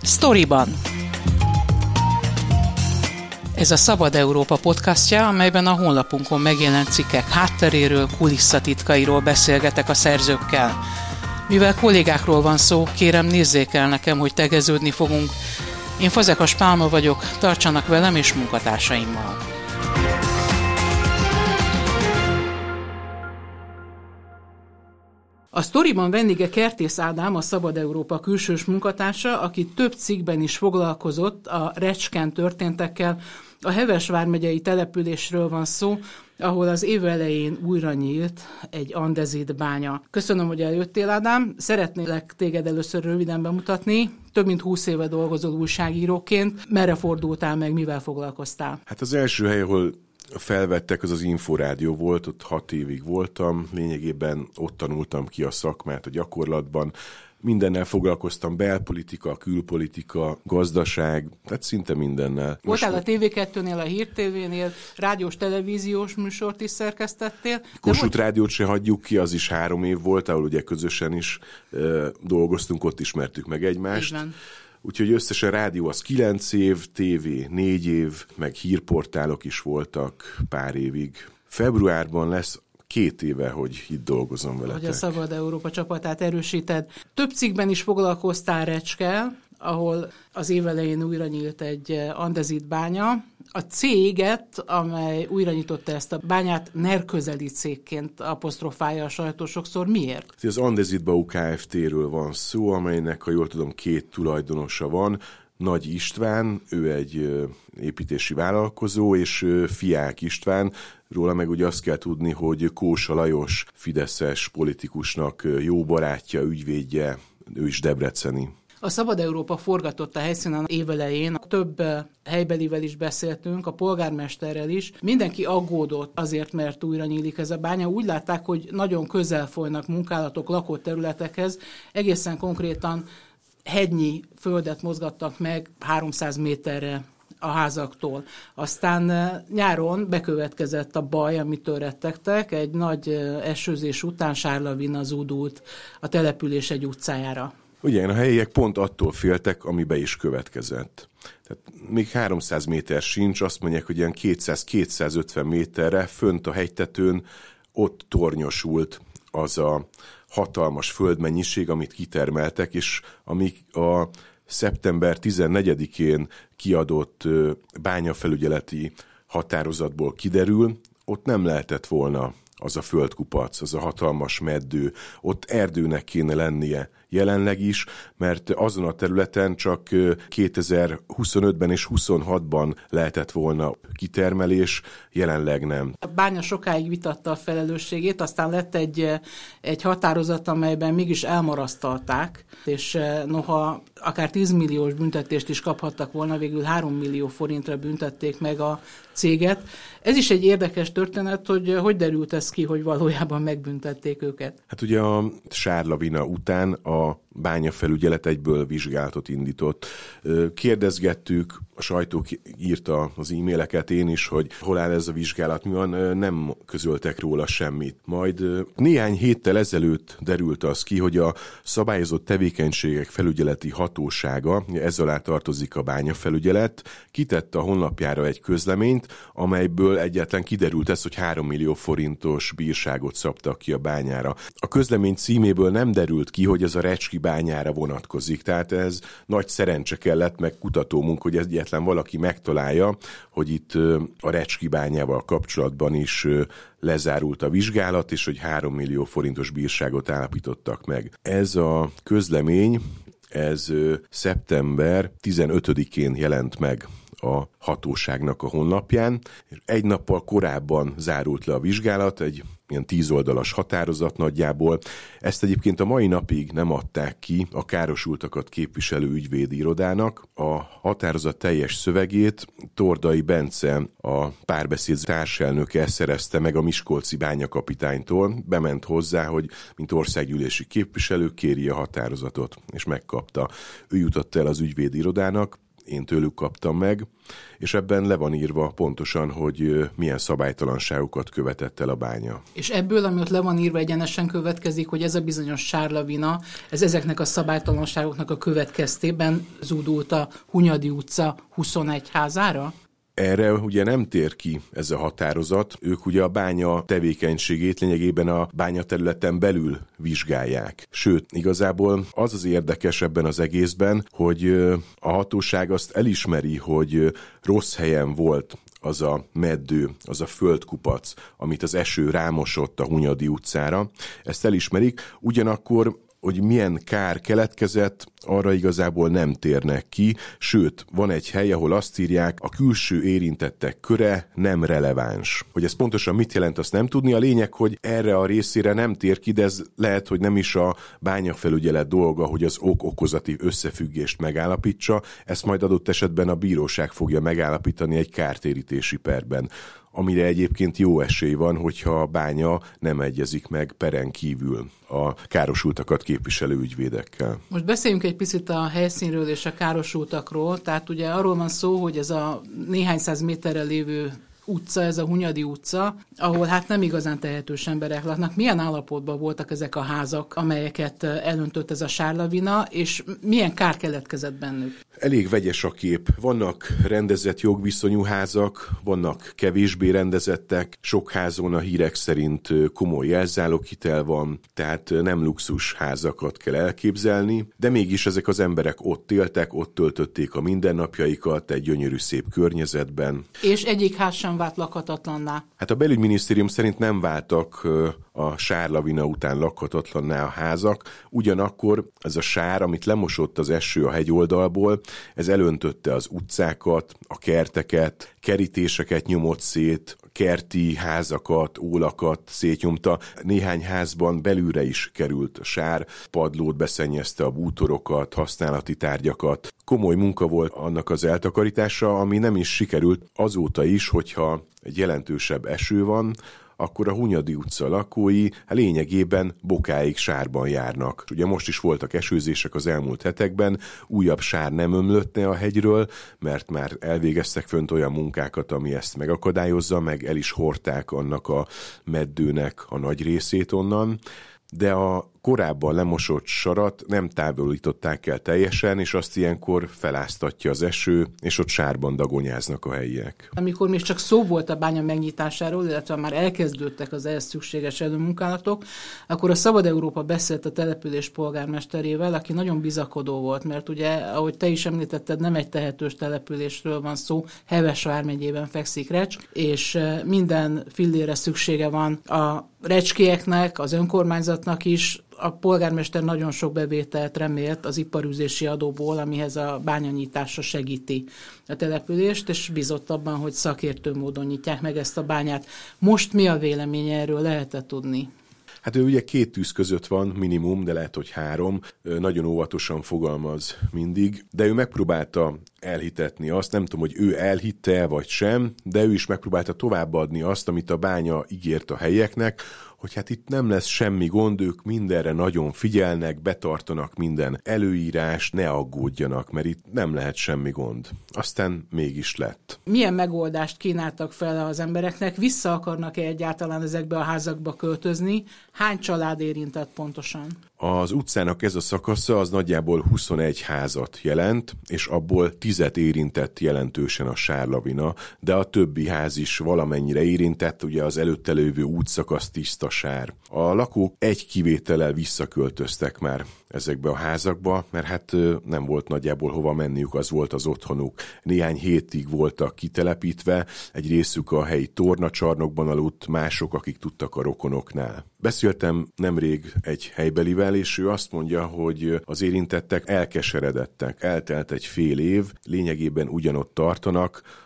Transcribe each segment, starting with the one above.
Sztoriban. Ez a Szabad Európa podcastja, amelyben a honlapunkon megjelent cikkek hátteréről, kulisszatitkairól beszélgetek a szerzőkkel. Mivel kollégákról van szó, kérem nézzék el nekem, hogy tegeződni fogunk. Én Fazekas Pálma vagyok, tartsanak velem és munkatársaimmal. A sztoriban vendége Kertész Ádám, a Szabad Európa külsős munkatársa, aki több cikkben is foglalkozott a Recskén történtekkel. A Heves vármegyei településről van szó, ahol az év elején újra nyílt egy andezit bánya. Köszönöm, hogy eljöttél, Ádám. Szeretnélek téged először röviden bemutatni. Több mint 20 éve dolgozol újságíróként. Merre fordultál meg, mivel foglalkoztál? Hát az első hely, ahol felvettek, az Inforádió volt, ott 6 évig voltam, lényegében ott tanultam ki a szakmát a gyakorlatban, mindennel foglalkoztam, belpolitika, külpolitika, gazdaság, tehát szinte mindennel. Voltál a TV2-nél, a Hír TV-nél, rádiós, televíziós műsort is szerkesztettél. Kossuth Rádiót se hagyjuk ki, az is 3 év volt, ahol ugye közösen is dolgoztunk, ott ismertük meg egymást. Igen. Úgyhogy összesen rádió az 9 év, tévé 4 év, meg hírportálok is voltak pár évig. Februárban lesz 2 éve, hogy itt dolgozom veletek. Hogy a Szabad Európa csapatát erősíted. Több cikkben is foglalkoztál Recskén, ahol az év elején újra nyílt egy andezit bánya. A céget, amely újra nyitotta ezt a bányát, NER közeli cégként apostrofálja a sajtó sokszor. Miért? Az Andezit Bau Kft-ről van szó, amelynek, ha jól tudom, 2 tulajdonosa van. Nagy István, ő egy építési vállalkozó, és Fiák István, róla meg ugye azt kell tudni, hogy Kósa Lajos fideszes politikusnak jó barátja, ügyvédje, ő is debreceni. A Szabad Európa forgatott a helyszínen évelején, több helybelivel is beszéltünk, a polgármesterrel is. Mindenki aggódott azért, mert újra nyílik ez a bánya. Úgy látták, hogy nagyon közel folynak munkálatok lakott területekhez, egészen konkrétan hegynyi földet mozgattak meg 300 méterre a házaktól. Aztán nyáron bekövetkezett a baj, amitől rettegtek, egy nagy esőzés után sárlavina zúdult a település egy utcájára. Ugye, a helyiek pont attól féltek, ami be is következett. Tehát még 300 méter sincs, azt mondják, hogy ilyen 200-250 méterre fönt a hegytetőn ott tornyosult az a hatalmas földmennyiség, amit kitermeltek, és amik a szeptember 14-én kiadott bányafelügyeleti határozatból kiderül, ott nem lehetett volna az a földkupac, az a hatalmas meddő, ott erdőnek kéne lennie jelenleg is, mert azon a területen csak 2025-ben és 26-ban lehetett volna kitermelés, jelenleg nem. A bánya sokáig vitatta a felelősségét, aztán lett egy határozat, amelyben mégis elmarasztalták, és noha akár 10 milliós büntetést is kaphattak volna, végül 3 millió forintra büntették meg a céget. Ez is egy érdekes történet, hogy derült ez ki, hogy valójában megbüntették őket. Hát ugye a sárlavina után a bányafelügyelet egyből vizsgálatot indított. Kérdezgettük, a sajtó írta az e-maileket, én is, hogy hol áll ez a vizsgálat, mi van, nem közöltek róla semmit. Majd néhány héttel ezelőtt derült az ki, hogy a szabályozott tevékenységek felügyeleti hatósága, ez alá tartozik a bányafelügyelet, kitette a honlapjára egy közleményt, amelyből egyáltalán kiderült ez, hogy 3 millió forintos bírságot szabtak ki a bányára. A közlemény címéből nem derült ki, hogy ez a Recski bányára vonatkozik, tehát ez nagy szerencse kellett, meg kutatómunk, hogy egyetlen valaki megtalálja, hogy itt a Recski bányával kapcsolatban is lezárult a vizsgálat, és hogy 3 millió forintos bírságot állapítottak meg. Ez a közlemény, ez szeptember 15-én jelent meg a hatóságnak a honlapján, és egy nappal korábban zárult le a vizsgálat, egy ilyen 10 oldalas határozat nagyjából. Ezt egyébként a mai napig nem adták ki a károsultakat képviselő ügyvédi irodának. A határozat teljes szövegét Tordai Bence, a Párbeszéd társelnöke szerezte meg a miskolci bányakapitánytól. Bement hozzá, hogy mint országgyűlési képviselő kéri a határozatot, és megkapta. Ő jutott el az ügyvédi irodának, én tőlük kaptam meg, és ebben le van írva pontosan, hogy milyen szabálytalanságokat követett el a bánya. És ebből, ami ott le van írva, egyenesen következik, hogy ez a bizonyos sárlavina, ez ezeknek a szabálytalanságoknak a következtében zúdult a Hunyadi utca 21 házára? Erre ugye nem tér ki ez a határozat. Ők ugye a bánya tevékenységét lényegében a bányaterületen belül vizsgálják. Sőt, igazából az az érdekes ebben az egészben, hogy a hatóság azt elismeri, hogy rossz helyen volt az a meddő, az a földkupac, amit az eső rámosott a Hunyadi utcára. Ezt elismerik, ugyanakkor hogy milyen kár keletkezett, arra igazából nem térnek ki, sőt, van egy hely, ahol azt írják, a külső érintettek köre nem releváns. Hogy ez pontosan mit jelent, azt nem tudni. A lényeg, hogy erre a részére nem tér ki, de ez lehet, hogy nem is a bányafelügyelet dolga, hogy az ok-okozati összefüggést megállapítsa, ezt majd adott esetben a bíróság fogja megállapítani egy kártérítési perben, amire egyébként jó esély van, hogyha a bánya nem egyezik meg peren kívül a károsultakat képviselő ügyvédekkel. Most beszéljünk egy picit a helyszínről és a károsultakról. Tehát ugye arról van szó, hogy ez a néhány száz méterre lévő utca, ez a Hunyadi utca, ahol hát nem igazán tehetős emberek laknak. Milyen állapotban voltak ezek a házak, amelyeket elöntött ez a sárlavina, és milyen kár keletkezett bennük? Elég vegyes a kép. Vannak rendezett jogviszonyú házak, vannak kevésbé rendezettek, sok házon a hírek szerint komoly jelzáloghitel van, tehát nem luxus házakat kell elképzelni, de mégis ezek az emberek ott éltek, ott töltötték a mindennapjaikat egy gyönyörű szép környezetben. És egyik ház sem vált lakhatatlanná. Hát a belügyminisztérium szerint nem váltak a sárlavina után lakhatatlanná a házak, ugyanakkor ez a sár, amit lemosott az eső a hegyoldalból, ez elöntötte az utcákat, a kerteket, kerítéseket nyomott szét, kerti házakat, ólakat szétnyomta. Néhány házban belülre is került a sár, padlót beszennyezte, a bútorokat, használati tárgyakat. Komoly munka volt annak az eltakarítása, ami nem is sikerült azóta is, hogyha egy jelentősebb eső van, akkor a Hunyadi utca lakói lényegében bokáig sárban járnak. Ugye most is voltak esőzések az elmúlt hetekben, újabb sár nem ömlött a hegyről, mert már elvégeztek fönt olyan munkákat, ami ezt megakadályozza, meg el is hordták annak a meddőnek a nagy részét onnan, de a korábban lemosott sarat nem távolították el teljesen, és azt ilyenkor feláztatja az eső, és ott sárban dagonyáznak a helyiek. Amikor még csak szó volt a bánya megnyitásáról, illetve már elkezdődtek az ehhez szükséges előmunkálatok, akkor a Szabad Európa beszélt a település polgármesterével, aki nagyon bizakodó volt, mert ugye, ahogy te is említetted, nem egy tehetős településről van szó, Heves vármegyében fekszik Recsk, és minden fillére szüksége van a recskéeknek, az önkormányzatnak is. A polgármester nagyon sok bevételt remélt az iparűzési adóból, amihez a bányanyítása segíti a települést, és bízott abban, hogy szakértő módon nyitják meg ezt a bányát. Most mi a véleménye erről, lehet-e tudni? Hát ő ugye 2 tűz között van minimum, de lehet, hogy 3. Nagyon óvatosan fogalmaz mindig, de ő megpróbálta elhitetni azt, nem tudom, hogy ő elhitte vagy sem, de ő is megpróbálta továbbadni azt, amit a bánya ígért a helyieknek, hogy hát itt nem lesz semmi gond, ők mindenre nagyon figyelnek, betartanak minden előírást, ne aggódjanak, mert itt nem lehet semmi gond. Aztán mégis lett. Milyen megoldást kínáltak fel az embereknek? Vissza akarnak-e egyáltalán ezekbe a házakba költözni? Hány család érintett pontosan? Az utcának ez a szakasza az nagyjából 21 házat jelent, és abból 10-et érintett jelentősen a sárlavina, de a többi ház is valamennyire érintett, ugye az előtte lévő útszakasz tiszta sár. A lakók egy kivétellel visszaköltöztek már ezekbe a házakba, mert hát nem volt nagyjából hova menniük, az volt az otthonuk. Néhány hétig voltak kitelepítve, egy részük a helyi tornacsarnokban aludt, mások, akik tudtak a rokonoknál. Beszéltem nemrég egy helybelivel, és ő azt mondja, hogy az érintettek elkeseredettek. Eltelt egy fél év, lényegében ugyanott tartanak,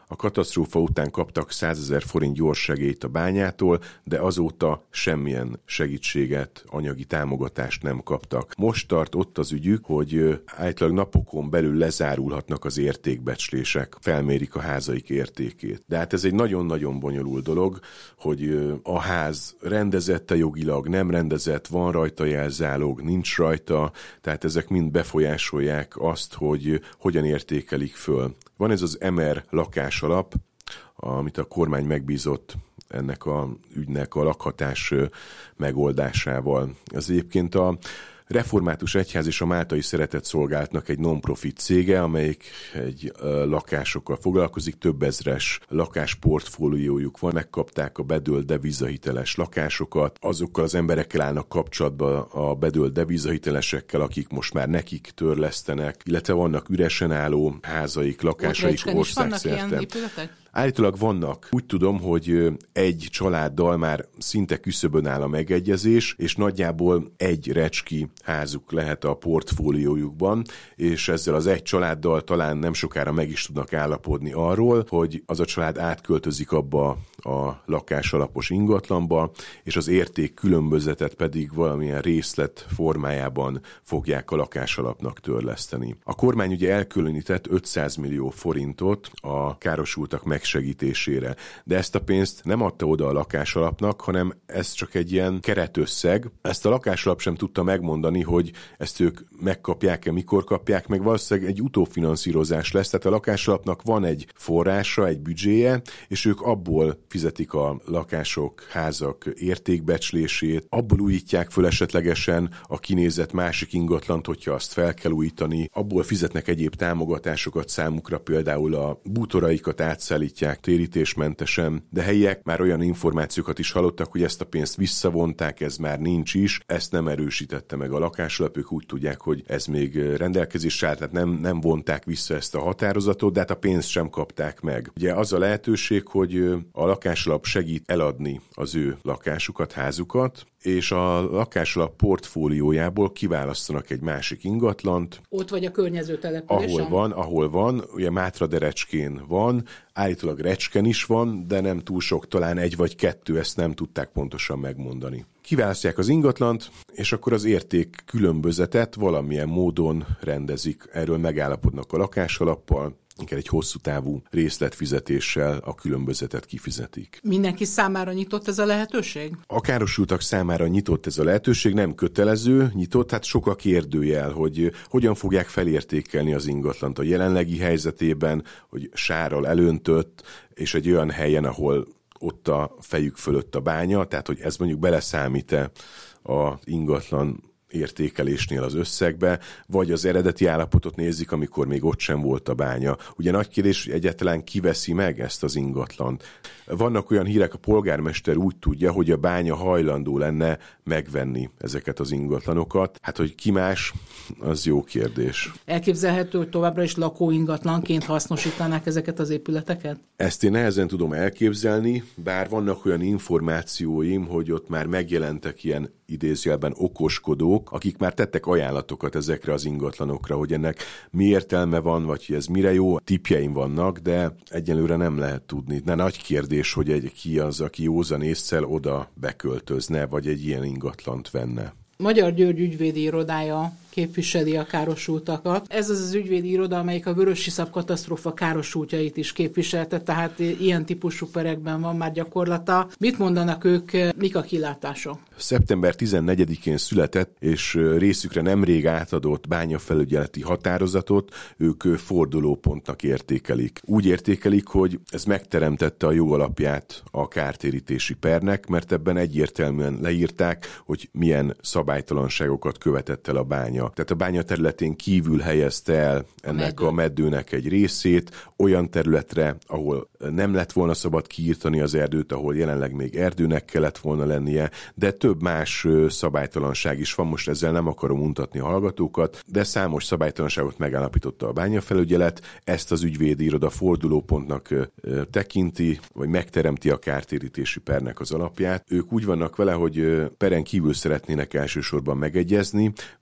A katasztrófa után kaptak 100 000 forint gyors segélyt a bányától, de azóta semmilyen segítséget, anyagi támogatást nem kaptak. Most tart ott az ügyük, hogy általában napokon belül lezárulhatnak az értékbecslések, felmérik a házaik értékét. De hát ez egy nagyon-nagyon bonyolult dolog, hogy a ház rendezette jogilag, nem rendezett, van rajta jelzálog, nincs rajta, tehát ezek mind befolyásolják azt, hogy hogyan értékelik föl. Van ez az MR lakásalap, amit a kormány megbízott ennek a ügynek a lakhatás megoldásával. Ez egyébként a Református Egyház és a Máltai Szeretetszolgálatnak egy non-profit cége, amelyik egy lakásokkal foglalkozik, több ezres lakásportfóliójuk van, megkapták a bedőlt devizahiteles lakásokat, azokkal az emberekkel állnak kapcsolatba a bedőlt devizahitelesekkel, akik most már nekik törlesztenek, illetve vannak üresen álló házaik, lakásaik országszerte. Állítólag vannak. Úgy tudom, hogy egy családdal már szinte küszöbön áll a megegyezés, és nagyjából egy recski házuk lehet a portfóliójukban, és ezzel az egy családdal talán nem sokára meg is tudnak állapodni arról, hogy az a család átköltözik abba a lakásalapos ingatlanba, és az érték különbözetet pedig valamilyen részlet formájában fogják a lakásalapnak törleszteni. A kormány ugye elkülönített 500 millió forintot a károsultak megsegítésére, de ezt a pénzt nem adta oda a lakásalapnak, hanem ez csak egy ilyen keretösszeg. Ezt a lakásalap sem tudta megmondani, hogy ezt ők megkapják-e, mikor kapják meg, valószínűleg egy utófinanszírozás lesz, tehát a lakásalapnak van egy forrása, egy büdzséje, és ők abból fizetik a lakások, házak értékbecslését, abból újítják föl esetlegesen a kinézett másik ingatlant, hogyha azt fel kell újítani, abból fizetnek egyéb támogatásokat számukra, például a bútoraikat átszállítják térítésmentesen, de helyiek már olyan információkat is hallottak, hogy ezt a pénzt visszavonták, ez már nincs is, ezt nem erősítette meg a lakásalap, ők úgy tudják, hogy ez még rendelkezésre állt, tehát nem vonták vissza ezt a határozatot, de hát a pénzt sem kapták meg. Ugye az a lehetőség, hogy a lakásalap segít eladni az ő lakásukat, házukat, és a lakásalap portfóliójából kiválasztanak egy másik ingatlant. Ott vagy a környező településen? Ahol van, ugye Mátraderecskén van, állítólag Recsken is van, de nem túl sok, talán egy vagy kettő, ezt nem tudták pontosan megmondani. Kiválasztják az ingatlant, és akkor az érték különbözetet valamilyen módon rendezik. Erről megállapodnak a lakásalappal, inkább egy hosszú távú részletfizetéssel a különbözetet kifizetik. Mindenki számára nyitott ez a lehetőség? A károsultak számára nyitott ez a lehetőség, nem kötelező, nyitott, hát sok a kérdőjel, hogy hogyan fogják felértékelni az ingatlant a jelenlegi helyzetében, hogy sárral elöntött, és egy olyan helyen, ahol ott a fejük fölött a bánya, tehát hogy ez mondjuk beleszámít-e az ingatlan értékelésnél az összegbe, vagy az eredeti állapotot nézik, amikor még ott sem volt a bánya. Ugye nagy kérdés, hogy egyáltalán kiveszi meg ezt az ingatlant. Vannak olyan hírek, a polgármester úgy tudja, hogy a bánya hajlandó lenne megvenni ezeket az ingatlanokat. Hát, hogy ki más, az jó kérdés. Elképzelhető, hogy továbbra is lakóingatlanként hasznosítanák ezeket az épületeket? Ezt én nehezen tudom elképzelni, bár vannak olyan információim, hogy ott már megjelentek ilyen idézőjelben okoskodók, akik már tettek ajánlatokat ezekre az ingatlanokra, hogy ennek mi értelme van, vagy hogy ez mire jó. Tippjeim vannak, de egyelőre nem lehet tudni. De nagy kérdés, hogy ki az, aki józan ésszel oda beköltözne, vagy egy ilyen ingatlant venne. Magyar György ügyvédi irodája képviseli a károsultakat. Ez az ügyvédi iroda, amelyik a vörösiszap katasztrófa károsultjait is képviselte, tehát ilyen típusú perekben van már gyakorlata. Mit mondanak ők, mik a kilátások? Szeptember 14-én született, és részükre nemrég átadott bányafelügyeleti határozatot ők fordulópontnak értékelik. Úgy értékelik, hogy ez megteremtette a jogalapját a kártérítési pernek, mert ebben egyértelműen leírták, hogy milyen szabálytalanságokat követett el a bánya. Tehát a bánya területén kívül helyezte el ennek a meddőnek egy részét olyan területre, ahol nem lett volna szabad kiírtani az erdőt, ahol jelenleg még erdőnek kellett volna lennie, de több más szabálytalanság is van, most ezzel nem akarom untatni a hallgatókat, de számos szabálytalanságot megállapította a bányafelügyelet, ezt az ügyvédi iroda fordulópontnak tekinti, vagy megteremti a kártérítési pernek az alapját. Ők úgy vannak vele, hogy peren kívül szeretnének elsősorban megegyezni,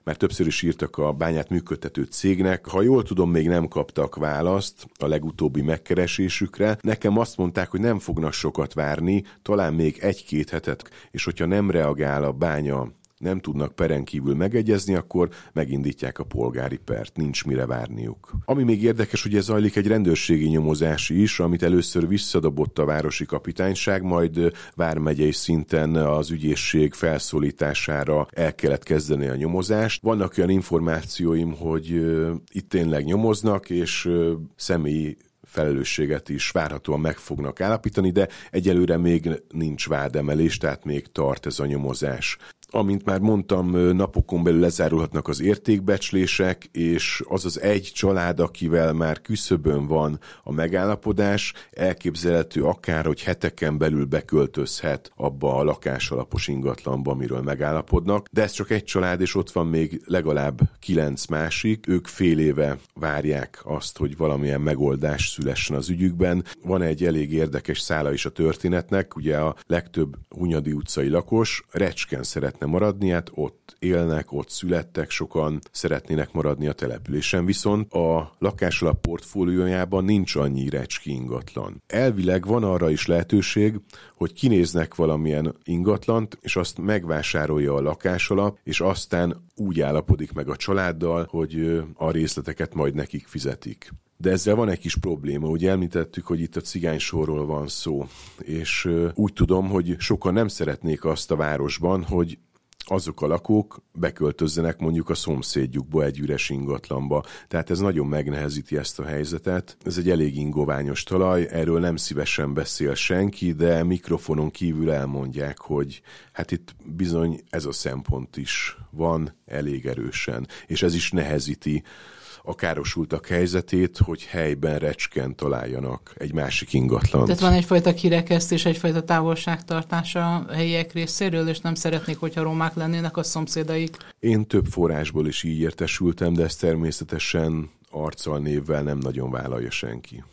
már többször is írtak a bányát működtető cégnek. Ha jól tudom, még nem kaptak választ a legutóbbi megkeresésükre. Nekem azt mondták, hogy nem fognak sokat várni, talán még 1-2 hetet, és hogyha nem reagál a bánya, nem tudnak peren kívül megegyezni, akkor megindítják a polgári pert, nincs mire várniuk. Ami még érdekes, hogy ez zajlik egy rendőrségi nyomozás is, amit először visszadobott a városi kapitányság, majd vármegyei szinten az ügyészség felszólítására el kellett kezdeni a nyomozást. Vannak olyan információim, hogy itt tényleg nyomoznak, és személyi felelősséget is várhatóan meg fognak állapítani, de egyelőre még nincs vádemelés, tehát még tart ez a nyomozás. Amint már mondtam, napokon belül lezárulhatnak az értékbecslések, és az az egy család, akivel már küszöbön van a megállapodás, elképzelhető akár, hogy heteken belül beköltözhet abba a lakásalapos ingatlanba, amiről megállapodnak, de ez csak egy család, és ott van még legalább 9 másik. Ők fél éve várják azt, hogy valamilyen megoldás szülessen az ügyükben. Van egy elég érdekes szála is a történetnek, ugye a legtöbb Hunyadi utcai lakos Recsken szeretne maradni, hát ott élnek, ott születtek, sokan szeretnének maradni a településen, viszont a lakásalap portfóliójában nincs annyi recski ingatlan. Elvileg van arra is lehetőség, hogy kinéznek valamilyen ingatlant, és azt megvásárolja a lakásalap, és aztán úgy állapodik meg a családdal, hogy a részleteket majd nekik fizetik. De ezzel van egy kis probléma, ugye említettük, hogy itt a cigánysorról van szó, és úgy tudom, hogy sokan nem szeretnék azt a városban, hogy azok a lakók beköltözzenek mondjuk a szomszédjukba egy üres ingatlanba. Tehát ez nagyon megnehezíti ezt a helyzetet. Ez egy elég ingoványos talaj, erről nem szívesen beszél senki, de mikrofonon kívül elmondják, hogy hát itt bizony ez a szempont is van elég erősen, és ez is nehezíti a károsultak helyzetét, hogy helyben Recsken találjanak egy másik ingatlant. Tehát van egyfajta kirekesztés, egyfajta távolságtartás a helyiek részéről, és nem szeretnék, hogyha romák lennének a szomszédaik? Én több forrásból is így értesültem, de ezt természetesen arccal, névvel nem nagyon vállalja senki.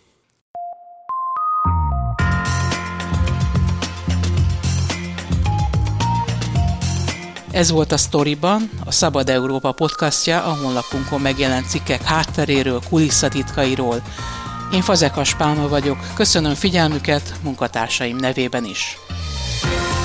Ez volt a Sztoriban, a Szabad Európa podcastja, a honlapunkon megjelent cikkek hátteréről, kulisszatitkairól. Én Fazekas Pálma vagyok, köszönöm figyelmüket munkatársaim nevében is.